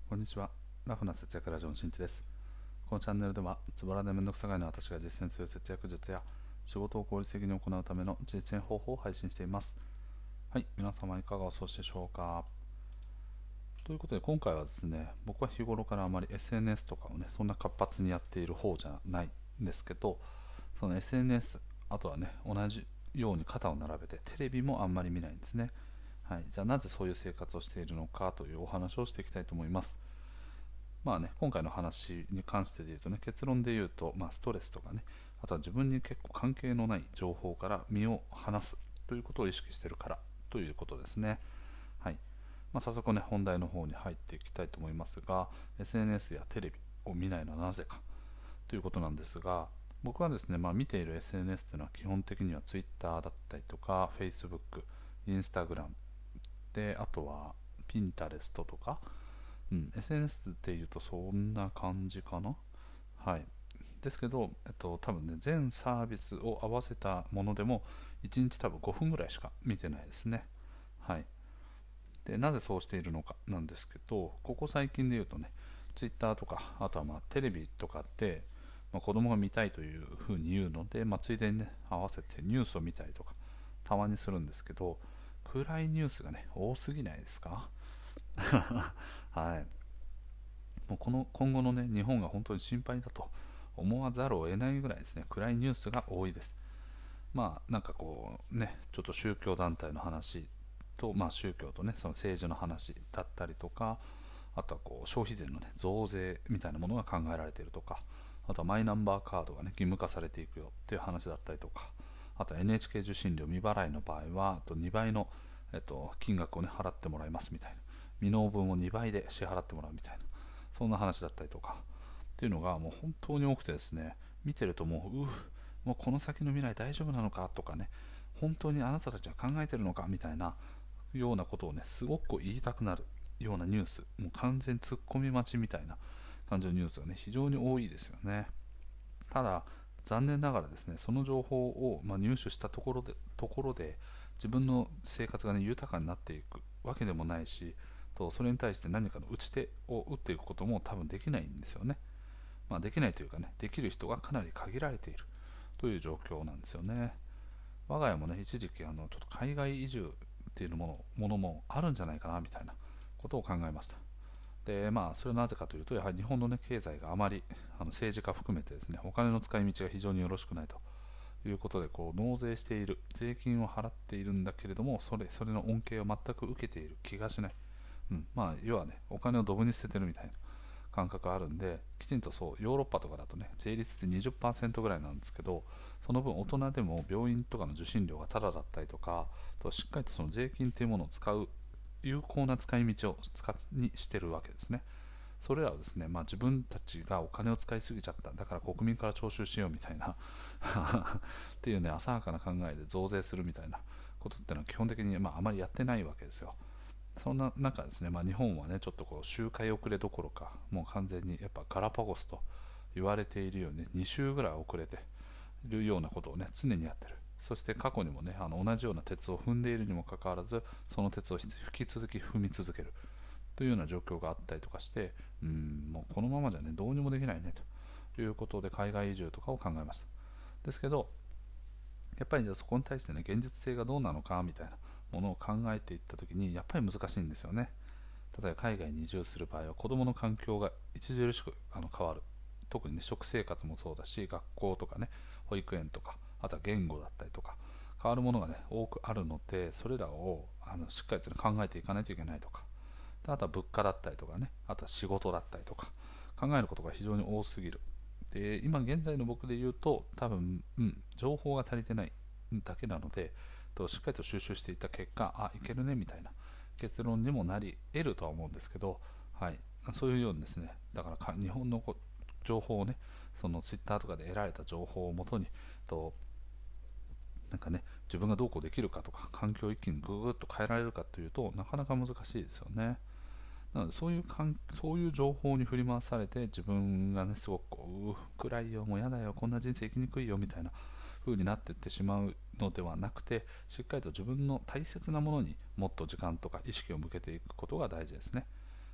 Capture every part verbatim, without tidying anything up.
こんにちは。ラフな節約ラジオのしんいちです。このチャンネルでは、ズボラでめんどくさがいの私が実践する節約術や仕事を効率的に行うための実践方法を配信しています。はい、皆様いかがお過ごしでしょうか。ということで、今回はですね、僕は日頃からあまり エスエヌエス とかをね、そんな活発にやっている方じゃないんですけど、その エスエヌエス、あとはね、同じように肩を並べて、テレビもあんまり見ないんですね。はい、じゃあなぜそういう生活をしているのかというお話をしていきたいと思います。まあね、今回の話に関してで言うとね、結論で言うと、まあ、ストレスとかね、あとは自分に結構関係のない情報から身を離すということを意識しているからということですね。はい。まあ、早速ね、本題の方に入っていきたいと思いますが、エスエヌエス やテレビを見ないのはなぜかということなんですが、僕はですね、まあ、見ている エスエヌエス というのは基本的には Twitter だったりとか、Facebook、Instagram で、あとは Pinterest とか、うん、エスエヌエス っていうとそんな感じかな。はい。ですけど、えっと、多分ね、全サービスを合わせたものでも、いちにち多分ごふんぐらいしか見てないですね。はい。で、なぜそうしているのかなんですけど、ここ最近で言うとね、Twitter とか、あとはまあテレビとかって、まあ、子供が見たいというふうに言うので、まあ、ついでにね、合わせてニュースを見たりとか、たまにするんですけど、暗いニュースがね、多すぎないですか？はい。もうこの今後のね、日本が本当に心配だと思わざるを得ないぐらいですね、暗いニュースが多いです。まあなんかこうね、ちょっと宗教団体の話と、まあ宗教とね、その政治の話だったりとか、あとはこう消費税のね、増税みたいなものが考えられているとか、あとはマイナンバーカードがね、義務化されていくよっていう話だったりとか、あとは エヌエイチケー 受信料未払いの場合は、あとにばいの、えっと、金額をね、払ってもらいますみたいな。未納分をにばいで支払ってもらうみたいな。そんな話だったりとかっていうのがもう本当に多くてですね、見てるともううもうこの先の未来大丈夫なのかとかね、本当にあなたたちは考えてるのかみたいなようなことをね、すごく言いたくなるようなニュース、もう完全ツッコミ待ちみたいな感じのニュースがね、非常に多いですよね。ただ残念ながらですね、その情報を、まあ、入手したところでところで自分の生活が、ね、豊かになっていくわけでもないし、とそれに対して何かの打ち手を打っていくことも多分できないんですよね。まあ、できないというかね、できる人がかなり限られているという状況なんですよね。我が家もね、一時期あのちょっと海外移住っていうものものもあるんじゃないかなみたいなことを考えました。で、まあ、それはなぜかというと、やはり日本の、ね、経済があまりあの政治家含めてですね、お金の使い道が非常によろしくないということで、こう納税している、税金を払っているんだけれども、それそれの恩恵を全く受けている気がしない。うん、まあ、要はね、お金をドブに捨ててるみたいな感覚あるんで、きちんとそう、ヨーロッパとかだとね、税率ってにじゅっパーセントぐらいなんですけど、その分大人でも病院とかの受診料がタダだったりとか、としっかりとその税金というものを使う、有効な使い道を使にしてるわけですね。それらをですね、まあ、自分たちがお金を使いすぎちゃった、だから国民から徴収しようみたいなっていうね、浅はかな考えで増税するみたいなことっていうのは基本的に、まあ、あまりやってないわけですよ。そんな中ですね、まあ、日本はね、ちょっとこう周回遅れどころか、もう完全にやっぱガラパゴスと言われているように、ね、に週ぐらい遅れているようなことをね、常にやってる。そして過去にもね、あの同じような鉄を踏んでいるにもかかわらず、その鉄を引き続き踏み続けるというような状況があったりとかして、うん、もうこのままじゃね、どうにもできないねということで、海外移住とかを考えました。ですけど、やっぱりじゃあそこに対してね、現実性がどうなのかみたいなものを考えていったときに、やっぱり難しいんですよね。例えば海外に移住する場合は、子どもの環境が著しくあの変わる。特にね、食生活もそうだし、学校とかね、保育園とか、あとは言語だったりとか、変わるものがね、多くあるので、それらをあのしっかりと考えていかないといけないとか、あとは物価だったりとかね、あとは仕事だったりとか、考えることが非常に多すぎる。で、今現在の僕で言うと、多分、うん、情報が足りてないだけなので、としっかりと収集していった結果、あ、いけるねみたいな結論にもなり得るとは思うんですけど、はい、そういうようにですね、だからか日本のこ情報をね、そのツイッターとかで得られた情報をもとに、となんかね、自分がどうこうできるかとか、環境を一気にぐぐっと変えられるかというと、なかなか難しいですよね。なのでそういうかんそういう情報に振り回されて、自分がね、すごくこう、う暗いよ、もうやだよ、こんな人生生きにくいよみたいな風になっていってしまうのではなくて、しっかりと自分の大切なものにもっと時間とか意識を向けていくことが大事ですね。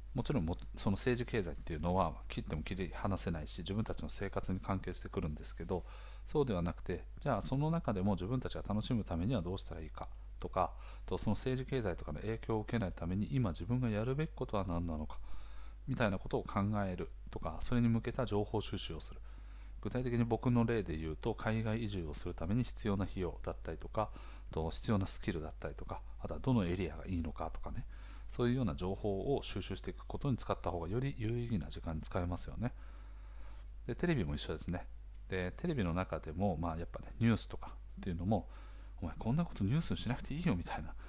もちろんもその政治経済っていうのは切っても切り離せないし、自分たちの生活に関係してくるんですけど、そうではなくて、じゃあその中でも自分たちが楽しむためにはどうしたらいいかとか、とその政治経済とかの影響を受けないために今自分がやるべきことは何なのかみたいなことを考えるとか、それに向けた情報収集をする。具体的に僕の例で言うと、海外移住をするために必要な費用だったりとか、と必要なスキルだったりとか、あとはどのエリアがいいのかとかね、そういうような情報を収集していくことに使った方がより有意義な時間に使えますよね。でテレビも一緒ですね。でテレビの中でも、まあ、やっぱねニュースとかっていうのも、お前こんなことニュースにしなくていいよみたいな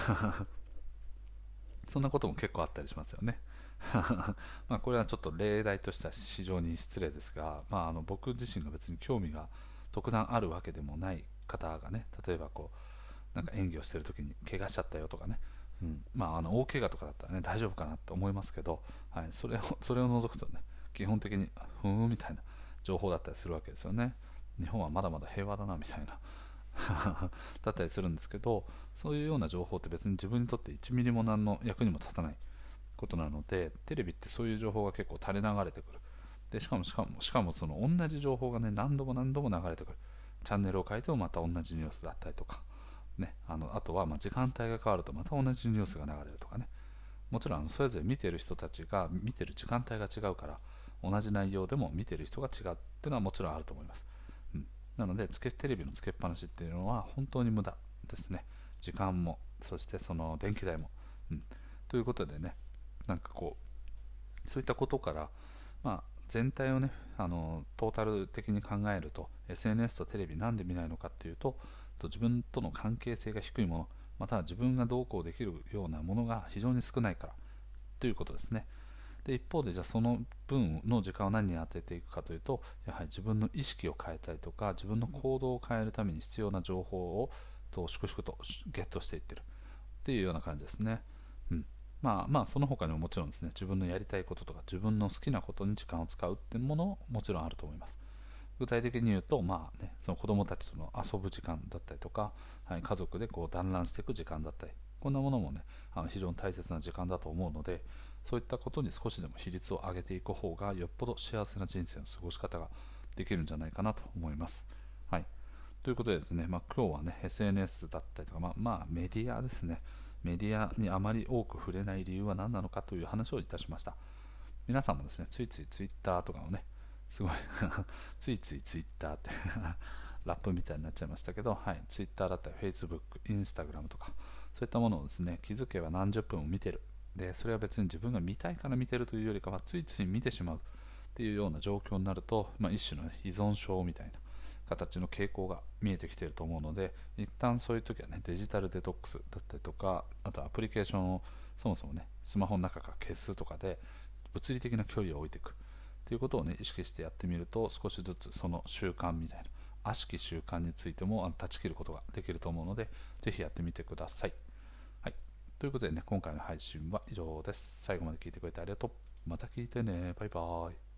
そんなことも結構あったりしますよねまあこれはちょっと例題としては非常に失礼ですが、まあ、あの僕自身が別に興味が特段あるわけでもない方がね、例えばこうなんか演技をしている時に怪我しちゃったよとかね、うん、まああの大怪我とかだったらね大丈夫かなって思いますけど、はい、それをそれを除くとね、基本的にふーんみたいな情報だったりするわけですよね。日本はまだまだ平和だなみたいなだったりするんですけど、そういうような情報って別に自分にとっていちミリも何の役にも立たないことなので、テレビってそういう情報が結構垂れ流れてくる。でしかもしかもしかもその同じ情報がね何度も何度も流れてくる。チャンネルを変えてもまた同じニュースだったりとか、ね、あのあとはまあ時間帯が変わるとまた同じニュースが流れるとかね。もちろんあのそれぞれ見てる人たちが見てる時間帯が違うから、同じ内容でも見てる人が違うっていうのはもちろんあると思います。うん、なのでつけテレビのつけっぱなしっていうのは本当に無駄ですね。時間も、そしてその電気代も、うん、ということでね、なんかこうそういったことから、まあ、全体をねあのトータル的に考えると エスエヌエス とテレビなんで見ないのかっていうと、と自分との関係性が低いもの、または自分がどうこうできるようなものが非常に少ないからということですね。で一方でじゃあその分の時間を何に当てていくかというと、やはり自分の意識を変えたりとか自分の行動を変えるために必要な情報をと粛々とゲットしていってるっていうような感じですね。うん、まあまあその他にももちろんですね、自分のやりたいこととか自分の好きなことに時間を使うっていうものももちろんあると思います。具体的に言うと、まあね、その子供たちとの遊ぶ時間だったりとか、はい、家族でこう団らんしていく時間だったり、こんなものもねあの非常に大切な時間だと思うので、そういったことに少しでも比率を上げていく方がよっぽど幸せな人生の過ごし方ができるんじゃないかなと思います。はい、ということでですね、まあ、今日はね エスエヌエス だったりとか、まあ、まあメディアですね、メディアにあまり多く触れない理由は何なのかという話をいたしました。皆さんもですね、ついついツイッターとかをね、すごいついついツイッターってラップみたいになっちゃいましたけど、はい、ツイッターだったり Facebook、インスタグラムとか、そういったものをですね、気づけば何十分も見てる。で、それは別に自分が見たいから見てるというよりかは、ついつい見てしまうっていうような状況になると、まあ、一種の依存症みたいな形の傾向が見えてきていると思うので、一旦そういう時はね、デジタルデトックスだったりとか、あとアプリケーションをそもそもね、スマホの中から消すとかで、物理的な距離を置いていくということをね、意識してやってみると、少しずつその習慣みたいな、悪しき習慣についても断ち切ることができると思うので、ぜひやってみてください。はい。ということでね、今回の配信は以上です。最後まで聞いてくれてありがとう。また聞いてね。バイバーイ。